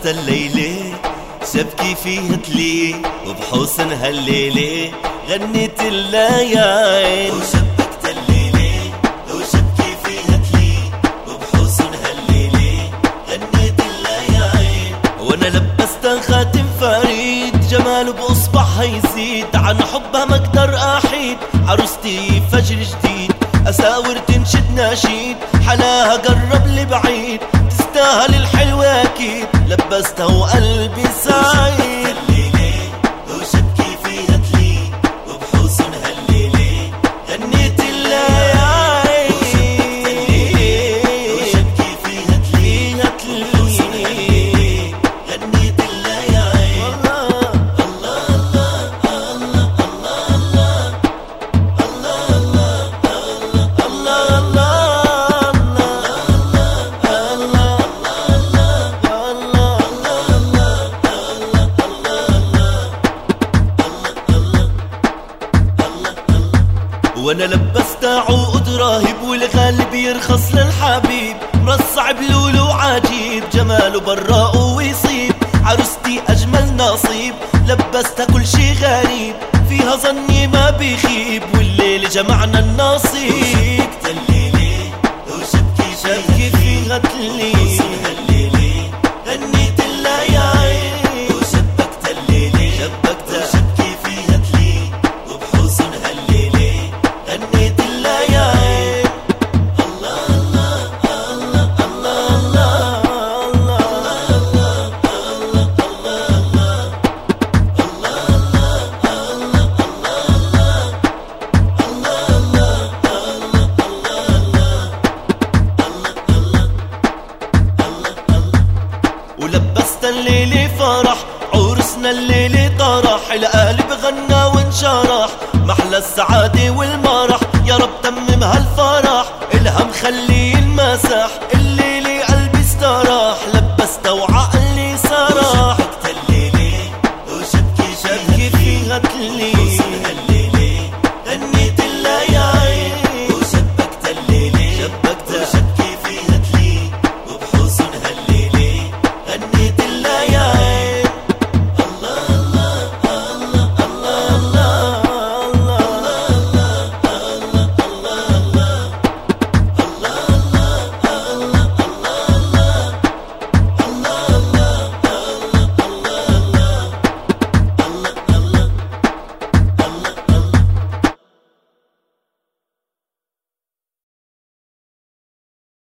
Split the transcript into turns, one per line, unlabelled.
لبست الليلة شبكي فيها تلي وبحسن هالليلة غنيت الليالي وشبكت الليلة وشبكي فيها تلي وبحسن هالليلة غنيت الليالي وانا لبست خاتم فريد جماله بأصبعها يزيد عن حبها ما اقدر احيد عروستي فجر جديد اساور تنشد ناشيد حلاها قرب لبعيد تستاهل الحلوة اكيد لبستها وقلبي سعيد الليلة وشبكي فيها تلي وبحسن هالليلة غنيت الليالي وشبكي فيها تلي وبحسن هالليلة غنيت الليالي الله الله الله الله الله الله الله وانا لبست عقد راهب والغالب يرخص للحبيب مرصع بلولو عجيب جماله براء ويصيب عروستي اجمل نصيب لبستها كل شي غريب فيها ظني ما بيخيب والليل جمعنا النصيب وشبكت الليلة وشبكي فيها تلي هالليلة غنيت الليالي وشبكت الليلة وشبكي فيها تلي وبحسن هالليلة غنيت الليالي الله الله الله الله ولبست الليلة فرح عرسنا الليلة طرح القلب غنى وانشرح محلى السعادة والمرح يا رب تمم هالفرح الهم خليه المسح